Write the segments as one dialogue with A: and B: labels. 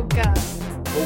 A: Flow.cast.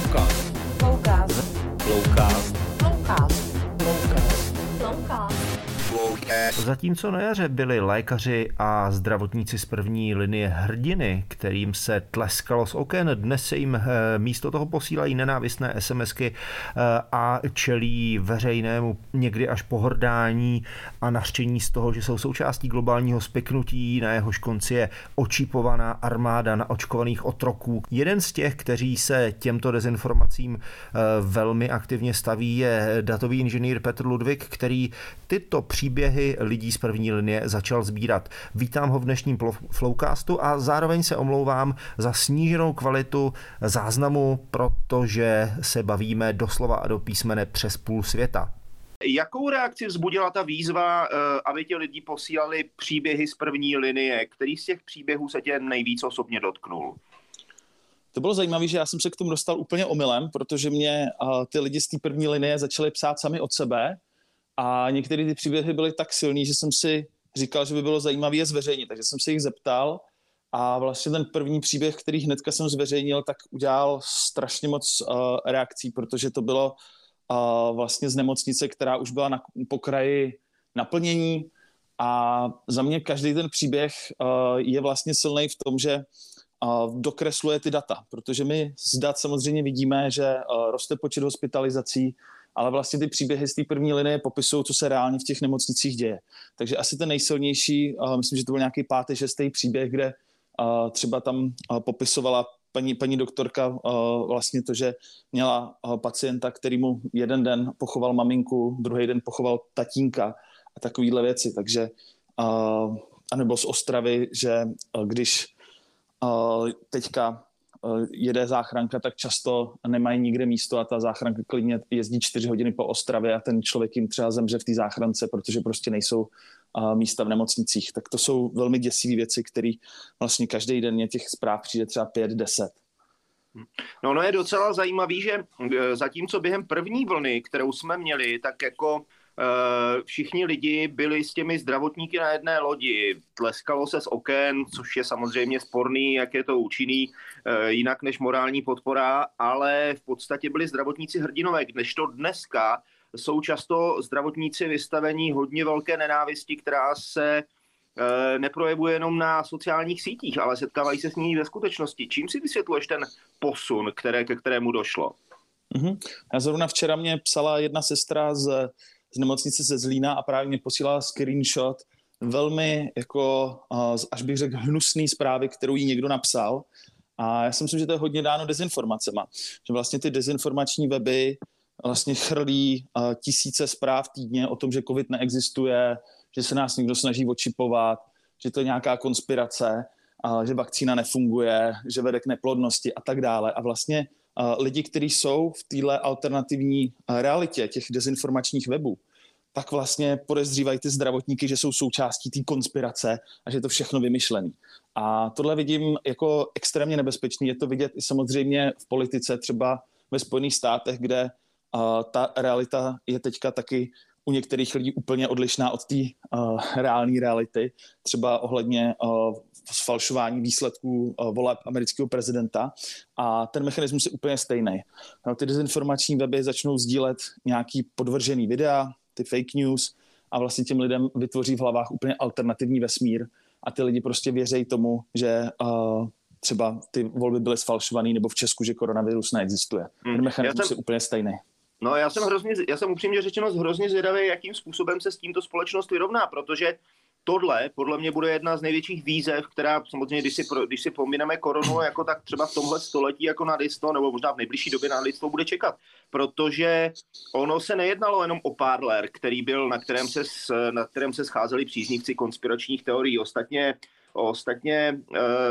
B: Zatímco na jaře byli lékaři a zdravotníci z první linie hrdiny, kterým se tleskalo z oken, dnes se jim místo toho posílají nenávistné SMSky a čelí veřejnému někdy až pohrdání a nařčení z toho, že jsou součástí globálního spiknutí, na jehož konci je očipovaná armáda naočkovaných otroků. Jeden z těch, kteří se těmto dezinformacím velmi aktivně staví, je datový inženýr Petr Ludvík, který tyto příběhy lidí z první linie začal sbírat. Vítám ho v dnešním Flowcastu a zároveň se omlouvám za sníženou kvalitu záznamu, protože se bavíme doslova a do písmene přes půl světa.
C: Jakou reakci vzbudila ta výzva, aby ti lidi posílali příběhy z první linie? Který z těch příběhů se tě nejvíc osobně dotknul?
D: To bylo zajímavé, že já jsem se k tomu dostal úplně omylem, protože mě ty lidi z té první linie začali psát sami od sebe a některé ty příběhy byly tak silný, že jsem si říkal, že by bylo zajímavé je zveřejnit. Takže jsem se jich zeptal a vlastně ten první příběh, který hnedka jsem zveřejnil, tak udělal strašně moc reakcí, protože to bylo vlastně z nemocnice, která už byla na pokraji naplnění a za mě každý ten příběh je vlastně silný v tom, že dokresluje ty data, protože my z dat samozřejmě vidíme, že roste počet hospitalizací, ale vlastně ty příběhy z té první linie popisují, co se reálně v těch nemocnicích děje. Takže asi ten nejsilnější, myslím, že to byl nějaký 5., 6. příběh, kde třeba tam popisovala paní doktorka vlastně to, že měla pacienta, který mu jeden den pochoval maminku, druhý den pochoval tatínka a takovýhle věci. Takže anebo z Ostravy, že když teďka jede záchranka, tak často nemají nikde místo a ta záchranka klidně jezdí 4 hodiny po Ostravě a ten člověk jim třeba zemře v té záchrance, protože prostě nejsou místa v nemocnicích. Tak to jsou velmi děsivé věci, které vlastně každý den je těch zpráv přijde třeba 5, 10.
C: No je docela zajímavý, že zatímco během první vlny, kterou jsme měli, tak jako všichni lidi byli s těmi zdravotníky na jedné lodi. Tleskalo se z oken, což je samozřejmě sporný, jak je to účinný, jinak než morální podpora, ale v podstatě byli zdravotníci hrdinové, kdežto dneska jsou často zdravotníci vystavení hodně velké nenávisti, která se neprojevuje jenom na sociálních sítích, ale setkávají se s ní ve skutečnosti. Čím si vysvětluješ ten posun, ke kterému došlo?
D: Já zrovna včera mě psala jedna sestra z nemocnice ze Zlína a právě mě posílala screenshot velmi jako, až bych řekl, hnusný zprávy, kterou jí někdo napsal. A já si myslím, že to je hodně dáno dezinformacema. Že vlastně ty dezinformační weby vlastně chrlí tisíce zpráv týdně o tom, že covid neexistuje, že se nás někdo snaží očipovat, že to je nějaká konspirace, že vakcína nefunguje, že vede k neplodnosti a tak dále. A vlastně lidi, kteří jsou v téhle alternativní realitě těch dezinformačních webů, tak vlastně podezřívají ty zdravotníky, že jsou součástí té konspirace a že je to všechno vymyšlený. A tohle vidím jako extrémně nebezpečný. Je to vidět i samozřejmě v politice, třeba ve Spojených státech, kde ta realita je teďka taky u některých lidí úplně odlišná od té reální reality, třeba ohledně sfalšování výsledků voleb amerického prezidenta a ten mechanismus je úplně stejný. No, ty dezinformační weby začnou sdílet nějaký podvržený videa, ty fake news a vlastně těm lidem vytvoří v hlavách úplně alternativní vesmír a ty lidi prostě věří tomu, že třeba ty volby byly sfalšované nebo v Česku, že koronavirus neexistuje. Ten mechanismus je úplně stejný.
C: No já jsem upřímně řečeno hrozně zvědavý, jakým způsobem se s tímto společnost vyrovná, protože tohle podle mě bude jedna z největších výzev, která samozřejmě, když si pomineme koronu, jako tak třeba v tomhle století jako na listo, nebo možná v nejbližší době na listo bude čekat, protože ono se nejednalo jenom o Parler, který byl, na kterém se scházeli příznivci konspiračních teorií. Ostatně,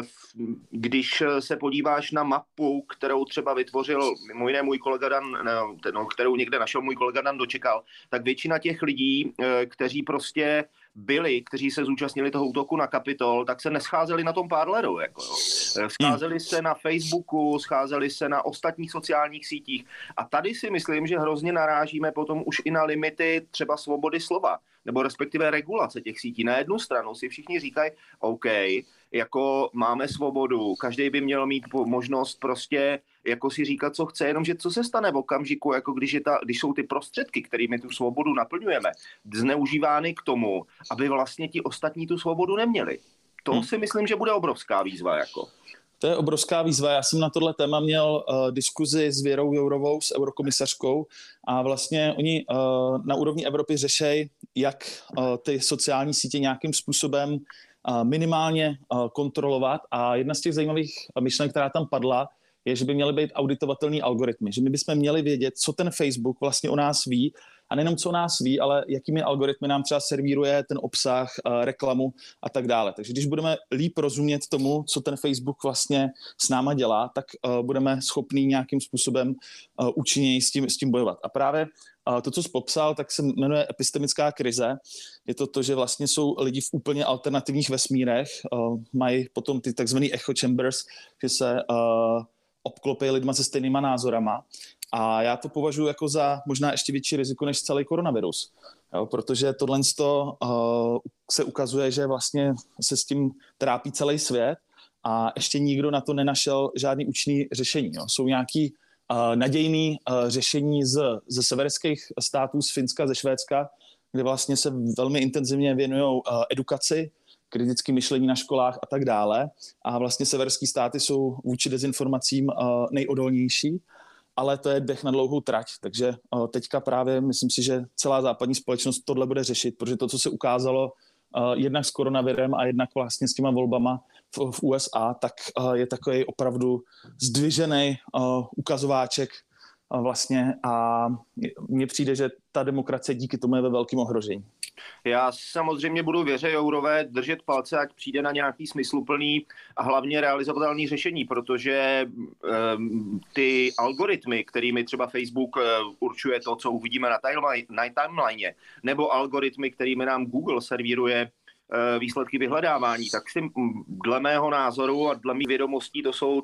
C: když se podíváš na mapu, kterou třeba vytvořil mimo jiné můj kolega Dan, kterou někde našel můj kolega Dan Dočekal, tak většina těch lidí, kteří se zúčastnili toho útoku na Kapitol, tak se nescházeli na tom Parleru. Scházeli se na Facebooku, scházeli se na ostatních sociálních sítích. A tady si myslím, že hrozně narážíme potom už i na limity třeba svobody slova, nebo respektive regulace těch sítí. Na jednu stranu si všichni říkají, OK, jako máme svobodu, každý by měl mít možnost prostě jako si říkat, co chce, jenomže co se stane v okamžiku, jako když jsou ty prostředky, kterými tu svobodu naplňujeme, zneužívány k tomu, aby vlastně ti ostatní tu svobodu neměli. To si myslím, že bude obrovská výzva. Jako.
D: To je obrovská výzva. Já jsem na tohle téma měl diskuzi s Věrou Jourovou, s eurokomisařkou, a vlastně oni na úrovni Evropy řešejí, jak ty sociální sítě nějakým způsobem minimálně kontrolovat. A jedna z těch zajímavých myšlenek, která tam padla, je, že by měly být auditovatelný algoritmy, že my bychom měli vědět, co ten Facebook vlastně o nás ví, a nejenom co o nás ví, ale jakými algoritmy nám třeba servíruje ten obsah, reklamu a tak dále. Takže když budeme líp rozumět tomu, co ten Facebook vlastně s náma dělá, tak budeme schopní nějakým způsobem účinněji s tím bojovat. A právě to, co jsi popsal, tak se jmenuje epistemická krize. Je to, že vlastně jsou lidi v úplně alternativních vesmírech, mají potom ty takzvaný echo chambers, že se obklopí lidma se stejnýma názorama. A já to považuji jako za možná ještě větší riziko než celý koronavirus. Jo, protože tohle se ukazuje, že vlastně se s tím trápí celý svět a ještě nikdo na to nenašel žádný účinný řešení. Jo. Jsou nějaký nadějný řešení ze severských států, z Finska, ze Švédska, kde vlastně se velmi intenzivně věnují edukaci, kritické myšlení na školách a tak dále. A vlastně severské státy jsou vůči dezinformacím nejodolnější, ale to je běh na dlouhou trať. Takže teďka právě myslím si, že celá západní společnost tohle bude řešit, protože to, co se ukázalo jednak s koronavirem a jednak vlastně s těma volbama v USA, tak je takový opravdu zdvižený ukazováček vlastně, a mně přijde, že ta demokracie díky tomu je ve velkém ohrožení.
C: Já samozřejmě budu Věře Jourové držet palce, ať přijde na nějaký smysluplný a hlavně realizovatelný řešení, protože ty algoritmy, kterými třeba Facebook určuje to, co uvidíme na timeline, nebo algoritmy, kterými nám Google servíruje výsledky vyhledávání, tak si dle mého názoru a dle mých vědomostí to jsou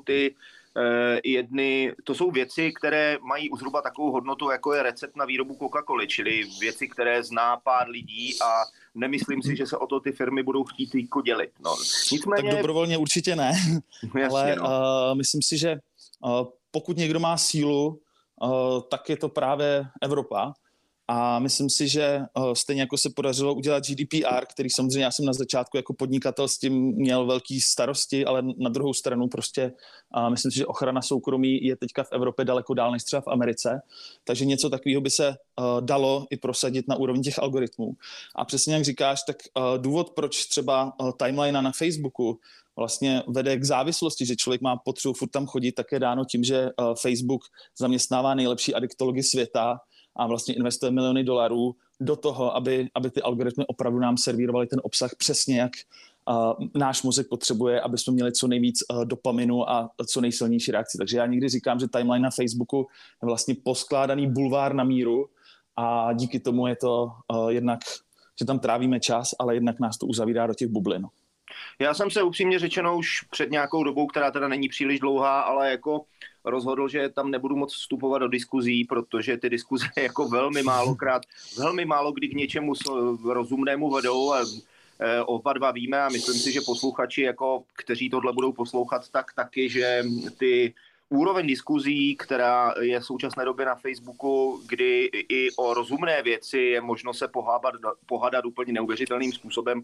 C: to jsou věci, které mají zhruba takovou hodnotu, jako je recept na výrobu Coca-Coly, čili věci, které zná pár lidí, a nemyslím si, že se o to ty firmy budou chtít jako dělit. No.
D: Nicméně... Tak dobrovolně určitě ne, jasně, ale myslím si, že pokud někdo má sílu, tak je to právě Evropa. A myslím si, že stejně jako se podařilo udělat GDPR, který samozřejmě já jsem na začátku jako podnikatel s tím měl velký starosti, ale na druhou stranu prostě myslím si, že ochrana soukromí je teďka v Evropě daleko dál než třeba v Americe. Takže něco takového by se dalo i prosadit na úrovni těch algoritmů. A přesně jak říkáš, tak důvod, proč třeba timeline na Facebooku vlastně vede k závislosti, že člověk má potřebu furt tam chodit, tak je dáno tím, že Facebook zaměstnává nejlepší adiktology světa a vlastně investuje miliony dolarů do toho, aby ty algoritmy opravdu nám servírovaly ten obsah přesně, jak náš mozek potřebuje, aby jsme měli co nejvíc dopaminu a co nejsilnější reakci. Takže já někdy říkám, že timeline na Facebooku je vlastně poskládaný bulvár na míru a díky tomu je to jednak, že tam trávíme čas, ale jednak nás to uzavírá do těch bublin.
C: Já jsem se upřímně řečeno už před nějakou dobou, která teda není příliš dlouhá, ale jako rozhodl, že tam nebudu moc vstupovat do diskuzí, protože ty diskuze jako velmi málo kdy k něčemu rozumnému vedou, a oba dva víme, a myslím si, že posluchači, jako, kteří tohle budou poslouchat, tak taky, že ty úroveň diskuzí, která je v současné době na Facebooku, kdy i o rozumné věci je možno se pohádat úplně neuvěřitelným způsobem,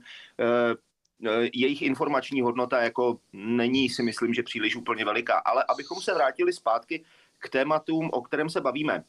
C: jejich informační hodnota jako není, si myslím, že příliš úplně veliká. Ale abychom se vrátili zpátky k tématům, o kterém se bavíme.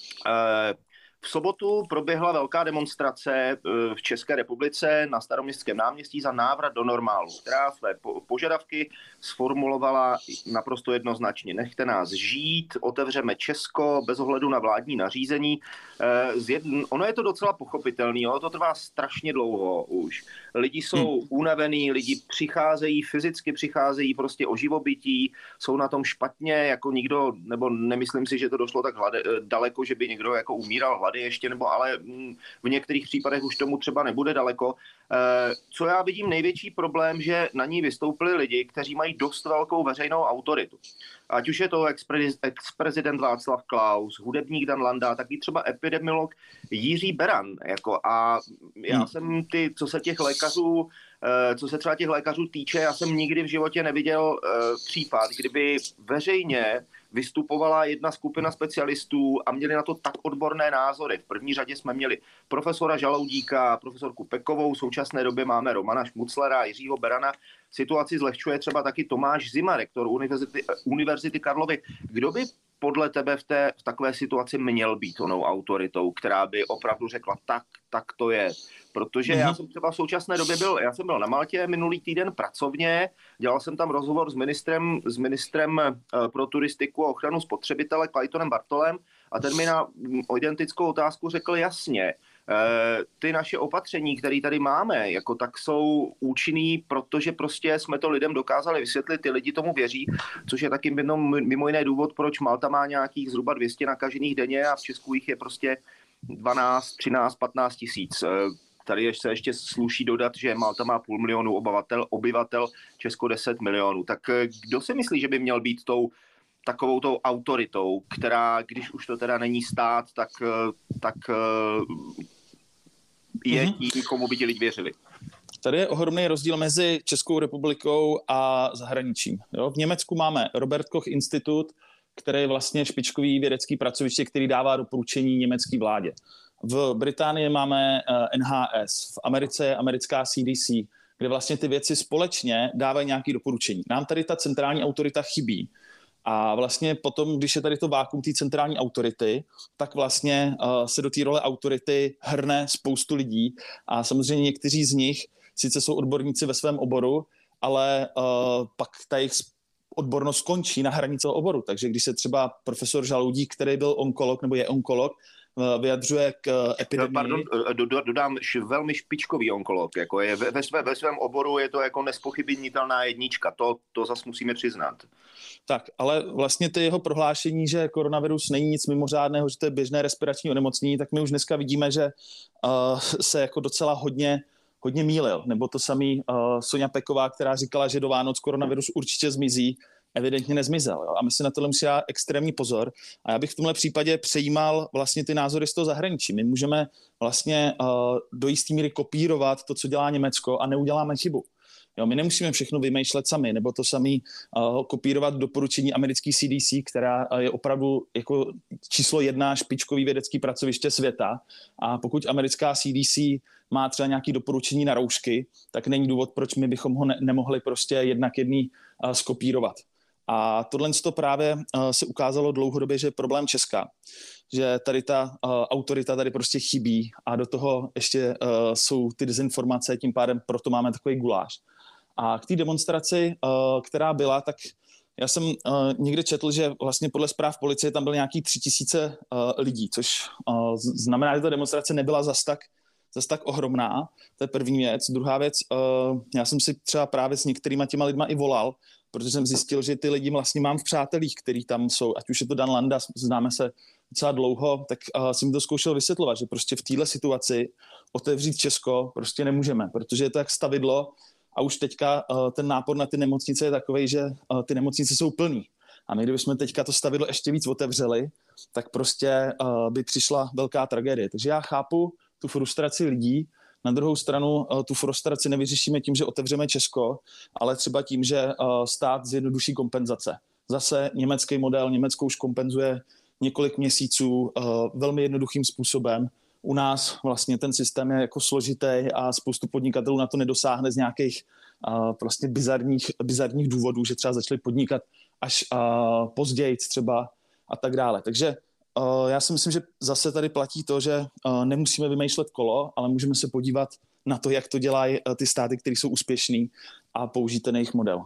C: V sobotu proběhla velká demonstrace v České republice na Staroměstském náměstí za návrat do normálu, která své požadavky sformulovala naprosto jednoznačně. Nechte nás žít, otevřeme Česko bez ohledu na vládní nařízení. Ono je to docela pochopitelné, to trvá strašně dlouho už. Lidi jsou unavení, lidi fyzicky přicházejí prostě o živobytí, jsou na tom špatně, jako nikdo, nebo nemyslím si, že to došlo tak daleko, že by někdo jako umíral hlady ještě, nebo ale v některých případech už tomu třeba nebude daleko. Co já vidím největší problém, že na ní vystoupili lidi, kteří mají dost velkou veřejnou autoritu. Ať už je to ex-prezident Václav Klaus, hudebník Dan Landa, tak i třeba epidemiolog Jiří Beran. A já jsem co se těch lékařů co se třeba těch lékařů týče, já jsem nikdy v životě neviděl případ, kdyby veřejně vystupovala jedna skupina specialistů a měli na to tak odborné názory. V první řadě jsme měli profesora Žaloudíka, profesorku Pekovou, v současné době máme Romana Šmuclera, Jiřího Berana. Situaci zlehčuje třeba taky Tomáš Zima, rektor Univerzity Karlovy. Kdo by podle tebe v takové situaci měl být onou autoritou, která by opravdu řekla tak to je? Protože já jsem třeba v současné době byl na Maltě minulý týden pracovně, dělal jsem tam rozhovor s ministrem pro turistiku a ochranu spotřebitele Claytonem Bartolem a ten mi na identickou otázku řekl jasně, ty naše opatření, které tady máme, jako tak jsou účinný, protože prostě jsme to lidem dokázali vysvětlit, ty lidi tomu věří, což je taky mimo jiné důvod, proč Malta má nějakých zhruba 200 nakažených denně a v Česku jich je prostě 12, 13, 15 tisíc. Tady se ještě sluší dodat, že Malta má 500 000 obyvatel, Česko 10 milionů. Tak kdo si myslí, že by měl být takovou tou autoritou, která, když už to teda není stát, tak je tím, komu by ti lidi věřili?
D: Tady je ohromný rozdíl mezi Českou republikou a zahraničím. Jo? V Německu máme Robert Koch institut, který je vlastně špičkový vědecký pracoviště, který dává doporučení německé vládě. V Británii máme NHS, v Americe je americká CDC, kde vlastně ty věci společně dávají nějaké doporučení. Nám tady ta centrální autorita chybí. A vlastně potom, když je tady to vákuum té centrální autority, tak vlastně se do té role autority hrne spoustu lidí a samozřejmě někteří z nich sice jsou odborníci ve svém oboru, ale pak ta jejich odbornost končí na hranici oboru. Takže když se třeba profesor Žaloudík, který byl onkolog nebo je onkolog, vyjadřuje k epidemii.
C: Pardon, dodám, velmi špičkový onkolog. Jako je ve svém oboru je to jako nespochybnitelná jednička. To zase musíme přiznat.
D: Tak, ale vlastně ty jeho prohlášení, že koronavirus není nic mimořádného, že to je běžné respirační onemocnění, tak my už dneska vidíme, že se jako docela hodně mýlil. Nebo to samý Sonja Peková, která říkala, že do Vánoc koronavirus určitě zmizí, evidentně nezmizel. Jo? A my si na tohle musíme dát extrémní pozor. A já bych v tomhle případě přejímal vlastně ty názory z toho zahraničí. My můžeme vlastně do jistý míry kopírovat to, co dělá Německo a neuděláme chybu. Jo, my nemusíme všechno vymýšlet sami, nebo to samý kopírovat doporučení americké CDC, která je opravdu jako číslo 1 špičkový vědecký pracoviště světa. A pokud americká CDC má třeba nějaké doporučení na roušky, tak není důvod, proč my bychom ho nemohli prostě jednak jedný skopírovat. A tohle právě se ukázalo dlouhodobě, že je problém Česka. Že tady ta autorita tady prostě chybí a do toho ještě jsou ty dezinformace, tím pádem proto máme takový guláš. A k té demonstraci, která byla, tak já jsem někde četl, že vlastně podle zpráv policie tam byly nějaký 3000 lidí, což znamená, že ta demonstrace nebyla zas tak ohromná. To je první věc. Druhá věc, já jsem si třeba právě s některýma těma lidma i volal, protože jsem zjistil, že ty lidi vlastně mám v přátelích, který tam jsou, ať už je to Dan Landa, známe se docela dlouho, tak jsem to zkoušel vysvětlovat, že prostě v téhle situaci otevřít Česko prostě nemůžeme, protože je to jak stavidlo a už teďka ten nápor na ty nemocnice je takovej, že ty nemocnice jsou plný. A my, kdybychom teďka to stavidlo ještě víc otevřeli, tak prostě by přišla velká tragédie. Takže já chápu tu frustraci lidí. Na druhou stranu tu frustraci nevyřešíme tím, že otevřeme Česko, ale třeba tím, že stát zjednoduší kompenzace. Zase německý model, Německo už kompenzuje několik měsíců velmi jednoduchým způsobem. U nás vlastně ten systém je jako složitý a spoustu podnikatelů na to nedosáhne z nějakých prostě bizarních důvodů, že třeba začali podnikat až později třeba a tak dále. Takže já si myslím, že zase tady platí to, že nemusíme vymýšlet kolo, ale můžeme se podívat na to, jak to dělají ty státy, které jsou úspěšný a použít ten jejich model.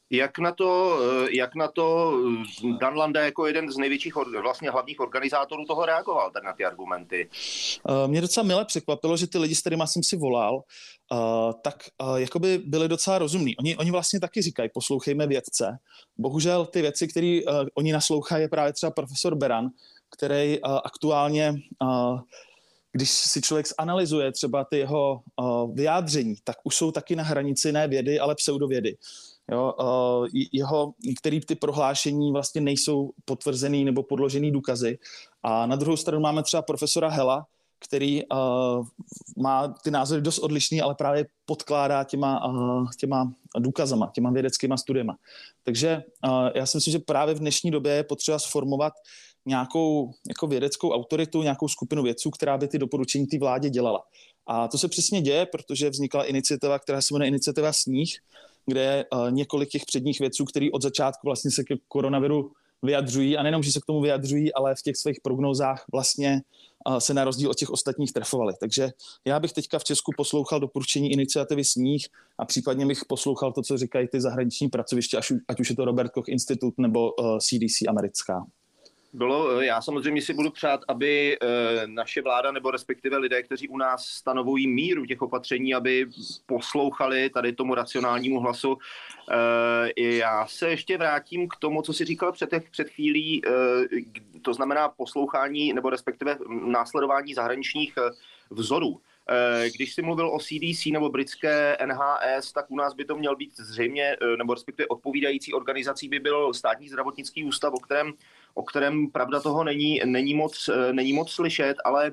C: Jak na to Dan Landa jako jeden z největších vlastně hlavních organizátorů toho reagoval tak na ty argumenty?
D: Mě docela mile překvapilo, že ty lidi, s kterými jsem si volal, tak jakoby byli docela rozumní. Oni vlastně taky říkají, poslouchejme vědce. Bohužel ty věci, které oni naslouchají, je právě třeba profesor Beran, který aktuálně, když si člověk zanalyzuje třeba ty jeho vyjádření, tak už jsou taky na hranici ne vědy, ale pseudovědy. Jo, některé ty prohlášení vlastně nejsou potvrzený nebo podložený důkazy. A na druhou stranu máme třeba profesora Hela, který má ty názory dost odlišný, ale právě podkládá těma důkazama, těma vědeckýma studiema. Takže já si myslím, že právě v dnešní době je potřeba sformovat nějakou jako vědeckou autoritu, nějakou skupinu vědců, která by ty doporučení té vládě dělala. A to se přesně děje, protože vznikla iniciativa, která se jmenuje Iniciativa Sníh, kde je několik těch předních vědců, kteří od začátku vlastně se k koronaviru vyjadřují a nejenom, že se k tomu vyjadřují, ale v těch svých prognózách vlastně se na rozdíl od těch ostatních trefovali. Takže já bych teďka v Česku poslouchal doporučení Iniciativy Sníh a případně bych poslouchal to, co říkají ty zahraniční pracoviště, ať už je to Robert Koch Institut nebo CDC americká.
C: Já samozřejmě si budu přát, aby naše vláda nebo respektive lidé, kteří u nás stanovují míru těch opatření, aby poslouchali tady tomu racionálnímu hlasu. Já se ještě vrátím k tomu, co jsi říkal před chvílí, to znamená poslouchání nebo respektive následování zahraničních vzorů. Když jsi mluvil o CDC nebo britské NHS, tak u nás by to měl být zřejmě, nebo respektive odpovídající organizací by byl Státní zdravotnický ústav, o kterém pravda toho není moc slyšet, ale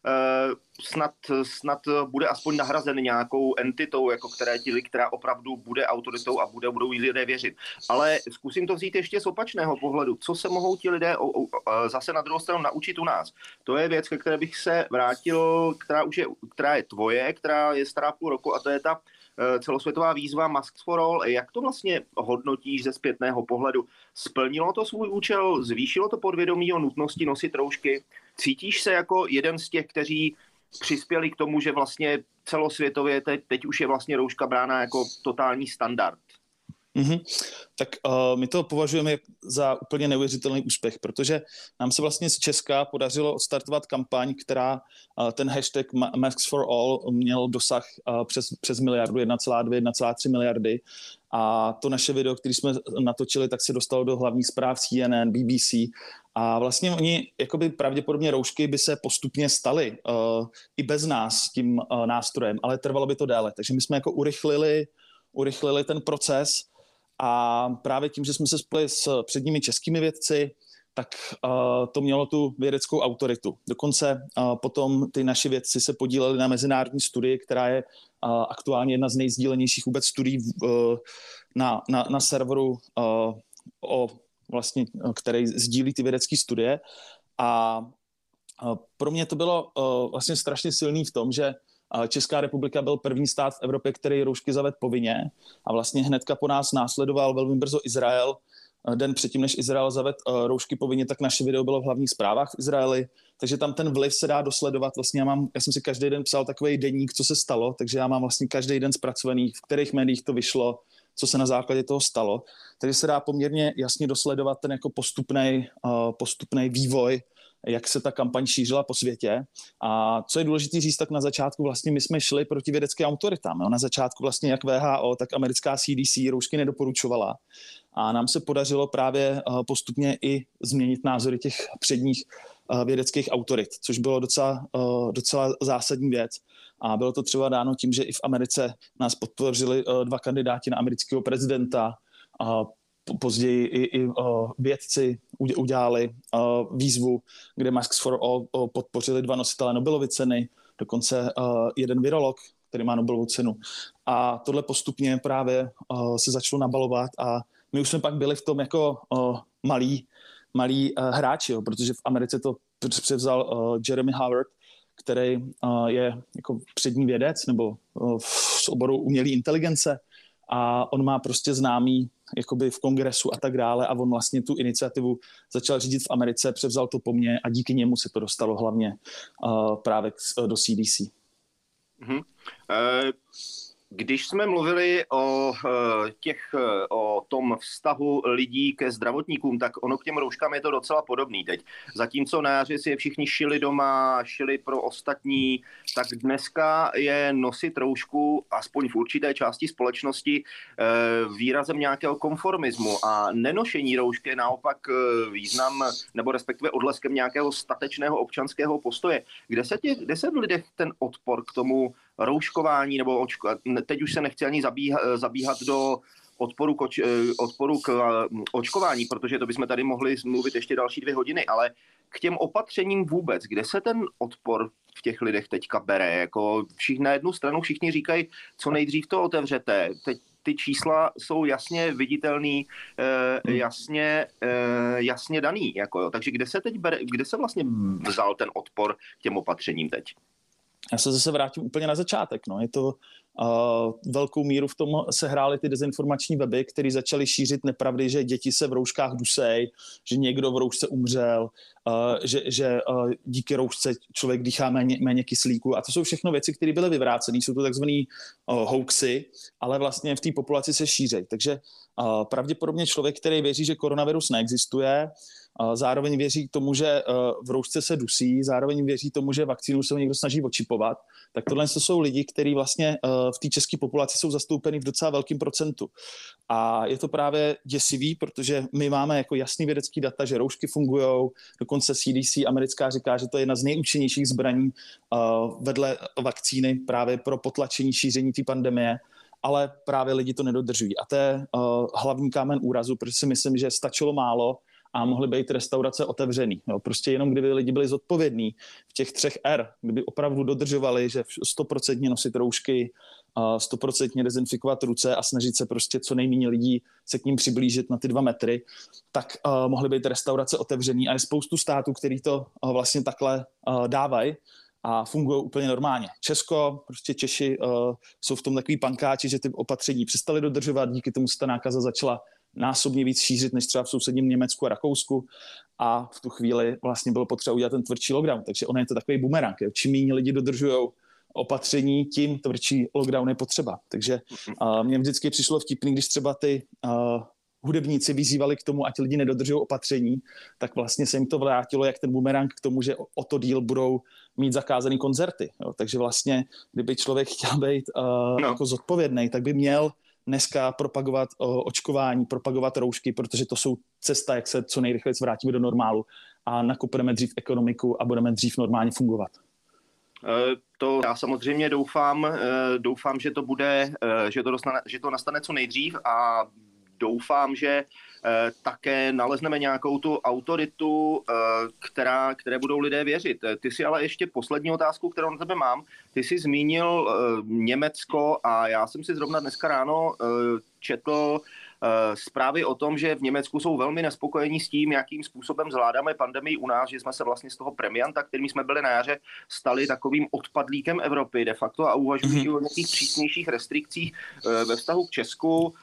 C: snad bude aspoň nahrazen nějakou entitou, jako která opravdu bude autoritou a budou jí lidé věřit. Ale zkusím to vzít ještě z opačného pohledu. Co se mohou ti lidé zase na druhou stranu naučit u nás? To je věc, ke které bych se vrátil, která je tvoje, která je stará půl roku, a to je ta celosvětová výzva Masks for All. Jak to vlastně hodnotíš ze zpětného pohledu? Splnilo to svůj účel? Zvýšilo to podvědomí o nutnosti nosit roušky? Cítíš se jako jeden z těch, kteří přispěli k tomu, že vlastně celosvětově teď už je vlastně rouška brána jako totální standard?
D: Mm-hmm. Tak my to považujeme za úplně neuvěřitelný úspěch, protože nám se vlastně z Česka podařilo odstartovat kampaň, která ten hashtag Masks for All měl dosah přes miliardu, 1,2–1,3 miliardy. A to naše video, které jsme natočili, tak se dostalo do hlavních zpráv CNN, BBC. A vlastně oni, jakoby pravděpodobně roušky by se postupně staly i bez nás tím nástrojem, ale trvalo by to déle. Takže my jsme jako urychlili ten proces. A právě tím, že jsme se spojili s předními českými vědci, tak to mělo tu vědeckou autoritu. Dokonce potom ty naši vědci se podíleli na studii, která je aktuálně jedna z nejsdílenějších vůbec studií na serveru, který sdílí ty vědecké studie. A pro mě to bylo vlastně strašně silný v tom, že Česká republika byl první stát v Evropě, který roušky zavedl povinně, a vlastně hnedka po nás následoval velmi brzo Izrael. Den předtím, než Izrael zavedl roušky povinně, tak naše video bylo v hlavních zprávách v Izraeli, takže tam ten vliv se dá dosledovat. Vlastně já jsem si každý den psal takový deník, co se stalo, takže já mám vlastně každý den zpracovaný, v kterých médiích to vyšlo, co se na základě toho stalo. Takže se dá poměrně jasně dosledovat ten jako postupný vývoj, jak se ta kampaň šířila po světě. A co je důležité říct, tak na začátku vlastně my jsme šli proti vědeckým autoritám. Jo? Na začátku vlastně jak WHO, tak americká CDC roušky nedoporučovala. A nám se podařilo právě postupně i změnit názory těch předních vědeckých autorit, což bylo docela zásadní věc. A bylo to třeba dáno tím, že i v Americe nás podpořili 2 kandidáti na amerického prezidenta. Později i vědci udělali výzvu, kde Masks for All podpořili 2 nositele Nobelovy ceny, dokonce jeden virolog, který má Nobelovu cenu. A tohle postupně právě se začalo nabalovat a my už jsme pak byli v tom jako malí hráči, protože v Americe to převzal Jeremy Howard, který je jako přední vědec nebo z oboru umělé inteligence, a on má prostě známý jakoby v kongresu a tak dále, a on vlastně tu iniciativu začal řídit v Americe, převzal to po mně a díky němu se to dostalo hlavně právě do CDC.
C: Mm-hmm. Když jsme mluvili o tom vztahu lidí ke zdravotníkům, tak ono k těm rouškám je to docela podobný teď. Zatímco na jaře si je všichni šili doma, šili pro ostatní, tak dneska je nosit roušku, aspoň v určité části společnosti, výrazem nějakého konformismu, a nenošení roušky je naopak význam, nebo respektive odleskem nějakého statečného občanského postoje. Kde se v lidech ten odpor k tomu rouškování, nebo teď už se nechci ani zabíhat do odporu k očkování, protože to bychom tady mohli mluvit ještě další 2 hodiny, ale k těm opatřením vůbec, kde se ten odpor v těch lidech teďka bere? Jako na jednu stranu všichni říkají, co nejdřív to otevřete. Teď ty čísla jsou jasně viditelný, jasně daný. Jako jo. Takže kde se vlastně vzal ten odpor k těm opatřením teď?
D: Já se zase vrátím úplně na začátek. No. Je to velkou míru v tom se hrály ty dezinformační weby, které začaly šířit nepravdy, že děti se v rouškách dusej, že někdo v roušce umřel, že díky roušce člověk dýchá méně kyslíku. A to jsou všechno věci, které byly vyvrácené. Jsou to takzvané hoaxy, ale vlastně v té populaci se šířejí. Takže pravděpodobně člověk, který věří, že koronavirus neexistuje, zároveň věří tomu, že v roušce se dusí, zároveň věří tomu, že vakcínu se někdo snaží očipovat, tak tohle jsou lidi, kteří vlastně v té české populaci jsou zastoupeni v docela velkém procentu. A je to právě děsivý, protože my máme jako jasný vědecký data, že roušky fungujou, dokonce CDC americká říká, že to je jedna z nejúčinnějších zbraní vedle vakcíny právě pro potlačení šíření té pandemie, ale právě lidi to nedodržují. A to je hlavní kámen úrazu, protože si myslím, že stačilo málo a mohly být restaurace otevřený. Jo, prostě jenom kdyby lidi byli zodpovědní v těch 3 R, kdyby opravdu dodržovali, že 100% nosit roušky, 100% dezinfikovat ruce a snažit se prostě co nejméně lidí se k ním přiblížit na ty 2 metry, tak mohly být restaurace otevřený. A je spoustu států, který to vlastně takhle dávají a fungují úplně normálně. Česko, prostě Češi jsou v tom takový pankáči, že ty opatření přestali dodržovat, díky tomu se ta nákaza začala násobně víc šířit, než třeba v sousedním Německu a Rakousku a v tu chvíli vlastně bylo potřeba udělat ten tvrdší lockdown. Takže ono je to takový bumerang. Čím méně lidi dodržují opatření, tím tvrdší lockdown je potřeba. Takže mně vždycky přišlo vtipný, když třeba ty hudebníci vyzývali k tomu, ať lidi nedodržují opatření, tak vlastně se jim to vrátilo jak ten bumerang k tomu, že o to díl budou mít zakázaný koncerty. Jo. Takže vlastně, kdyby člověk chtěl být jako zodpovědný, tak by měl dneska propagovat očkování, propagovat roušky, protože to jsou cesta, jak se co nejrychleji vrátíme do normálu a nakopneme dřív ekonomiku a budeme dřív normálně fungovat.
C: To já samozřejmě doufám, že to bude, že to nastane co nejdřív a doufám, že také nalezneme nějakou tu autoritu, které budou lidé věřit. Ty si ale ještě poslední otázku, kterou na tebe mám. Ty jsi zmínil Německo a já jsem si zrovna dneska ráno četl zprávy o tom, že v Německu jsou velmi nespokojení s tím, jakým způsobem zvládáme pandemii u nás, že jsme se vlastně z toho premianta, kterým jsme byli na jaře, stali takovým odpadlíkem Evropy de facto a uvažují o nějakých přísnějších restrikcích ve vztahu k Česku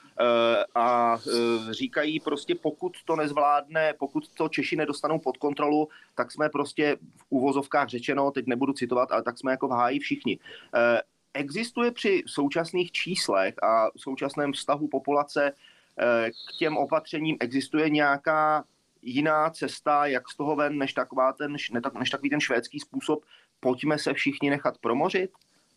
C: a říkají prostě, pokud to nezvládne, pokud to Češi nedostanou pod kontrolu, tak jsme prostě v uvozovkách řečeno, teď nebudu citovat, ale tak jsme jako v háji všichni. Existuje při současných číslech a současném vztahu populace k těm opatřením, existuje nějaká jiná cesta, jak z toho ven, než takový ten švédský způsob, pojďme se všichni nechat promořit?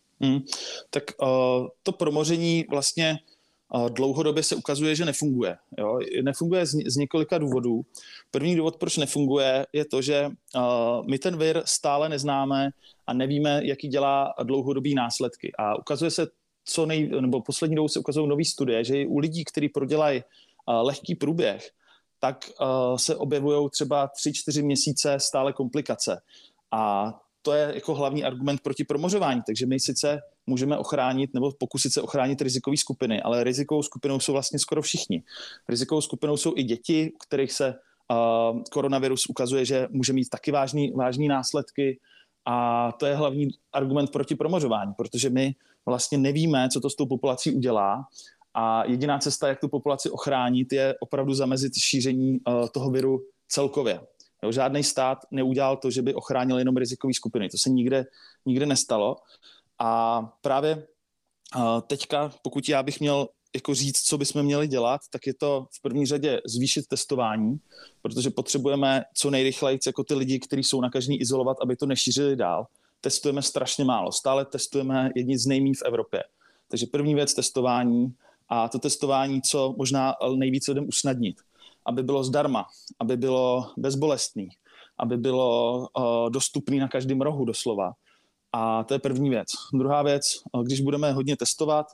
D: Tak to promoření vlastně dlouhodobě se ukazuje, že nefunguje. Jo? Nefunguje z několika důvodů. První důvod, proč nefunguje, je to, že my ten vir stále neznáme a nevíme, jaký dělá dlouhodobý následky. A ukazuje se, nebo poslední dobou se ukazují nové studie, že u lidí, kteří prodělají lehký průběh, tak se objevují třeba 3-4 měsíce stále komplikace. A to je jako hlavní argument proti promořování. Takže my sice můžeme ochránit nebo pokusit se ochránit rizikové skupiny, ale rizikovou skupinou jsou vlastně skoro všichni. Rizikovou skupinou jsou i děti, u kterých se koronavirus ukazuje, že může mít taky vážný následky a to je hlavní argument proti promořování, protože my vlastně nevíme, co to s tou populací udělá a jediná cesta, jak tu populaci ochránit, je opravdu zamezit šíření toho viru celkově. Jo, žádný stát neudělal to, že by ochránil jenom rizikové skupiny. To se nikde nestalo. A právě teďka, pokud já bych měl jako říct, co bychom měli dělat, tak je to v první řadě zvýšit testování, protože potřebujeme co nejrychleji jako ty lidi, kteří jsou nakažení, izolovat, aby to nešířili dál. Testujeme strašně málo. Stále testujeme jedni z nejméně v Evropě. Takže první věc testování a to testování, co možná nejvíce lidem usnadnit. Aby bylo zdarma, aby bylo bezbolestný, aby bylo dostupný na každém rohu doslova. A to je první věc. Druhá věc, když budeme hodně testovat,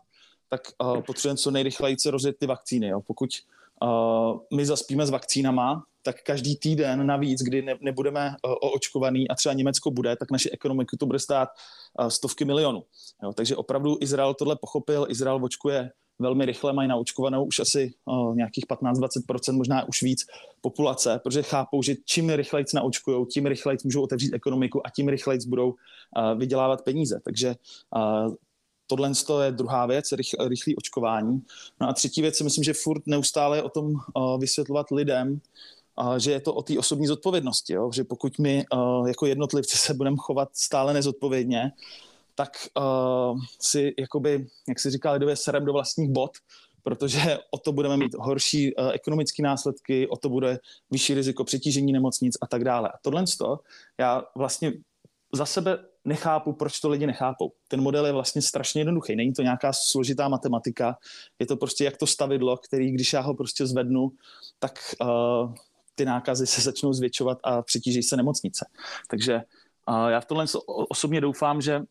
D: tak potřebujeme co nejrychleji rozjet ty vakcíny. Jo. Pokud my zaspíme s vakcínama, tak každý týden navíc, kdy nebudeme oočkovaný a třeba Německo bude, tak naši ekonomiku to bude stát stovky milionů. Jo. Takže opravdu Izrael tohle pochopil, Izrael očkuje velmi rychle, mají naočkovanou už asi nějakých 15-20%, možná už víc populace, protože chápou, že čím rychlejc naočkujou, tím rychlejc můžou otevřít ekonomiku a tím rychlejc budou vydělávat peníze. Takže tohle je druhá věc, rychlé očkování. No a třetí věc si myslím, že furt neustále je o tom vysvětlovat lidem, že je to o té osobní zodpovědnosti. Jo? Že pokud my jako jednotlivci se budeme chovat stále nezodpovědně, tak si jakoby, jak se říká lidově, serem do vlastních bot, protože o to budeme mít horší ekonomické následky, o to bude vyšší riziko přetížení nemocnic a tak dále. A tohle já vlastně za sebe nechápu, proč to lidi nechápou. Ten model je vlastně strašně jednoduchý. Není to nějaká složitá matematika, je to prostě jak to stavidlo, který, když já ho prostě zvednu, tak ty nákazy se začnou zvětšovat a přetíží se nemocnice. Takže já v tohle osobně doufám, že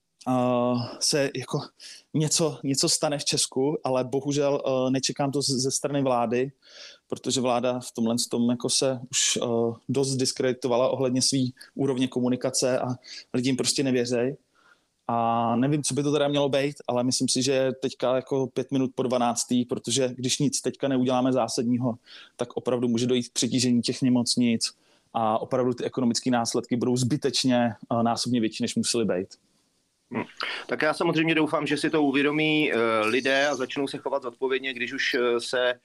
D: se jako něco stane v Česku, ale bohužel nečekám to ze strany vlády, protože vláda v tomhle jako se už dost diskreditovala ohledně svý úrovně komunikace a lidi jim prostě nevěří. A nevím, co by to teda mělo být, ale myslím si, že teďka jako 5 minut po 12, protože když nic teďka neuděláme zásadního, tak opravdu může dojít k přetížení těch nemocnic a opravdu ty ekonomické následky budou zbytečně násobně větší, než musely být.
C: Tak já samozřejmě doufám, že si to uvědomí lidé a začnou se chovat zodpovědně, když už se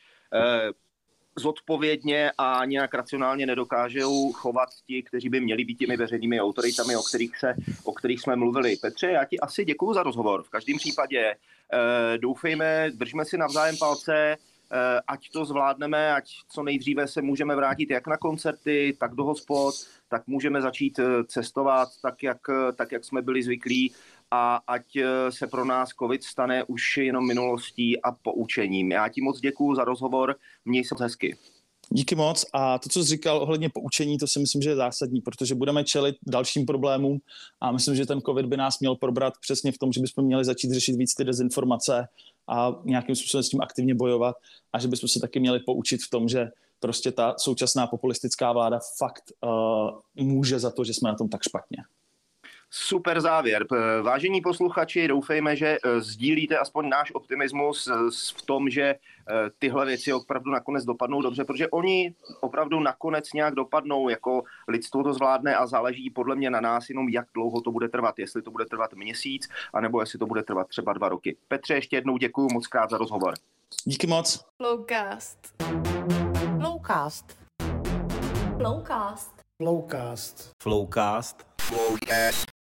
C: zodpovědně a nějak racionálně nedokážou chovat ti, kteří by měli být těmi veřejnými autoritami, o kterých jsme mluvili. Petře, já ti asi děkuju za rozhovor. V každém případě doufejme, držíme si navzájem palce, ať to zvládneme, ať co nejdříve se můžeme vrátit jak na koncerty, tak do hospod, tak můžeme začít cestovat tak, jak jsme byli zvyklí, a ať se pro nás covid stane už jenom minulostí a poučením. Já ti moc děkuju za rozhovor, měj se hezky.
D: Díky moc a to, co jsi říkal ohledně poučení, to si myslím, že je zásadní, protože budeme čelit dalším problémům a myslím, že ten covid by nás měl probrat přesně v tom, že bychom měli začít řešit víc ty dezinformace a nějakým způsobem s tím aktivně bojovat a že bychom se taky měli poučit v tom, že prostě ta současná populistická vláda fakt může za to, že jsme na tom tak špatně.
C: Super závěr. Vážení posluchači, doufejme, že sdílíte aspoň náš optimismus v tom, že tyhle věci opravdu nakonec dopadnou dobře, protože oni opravdu nakonec nějak dopadnou, jako lidstvo to zvládne a záleží podle mě na nás jenom, jak dlouho to bude trvat, jestli to bude trvat měsíc, anebo jestli to bude trvat třeba 2 roky. Petře, ještě jednou děkuju moc krát za rozhovor.
D: Díky moc.
A: Flowcast.
E: Flowcast.
A: Flowcast.
E: Flowcast.
B: Flowcast.
C: Flowcast.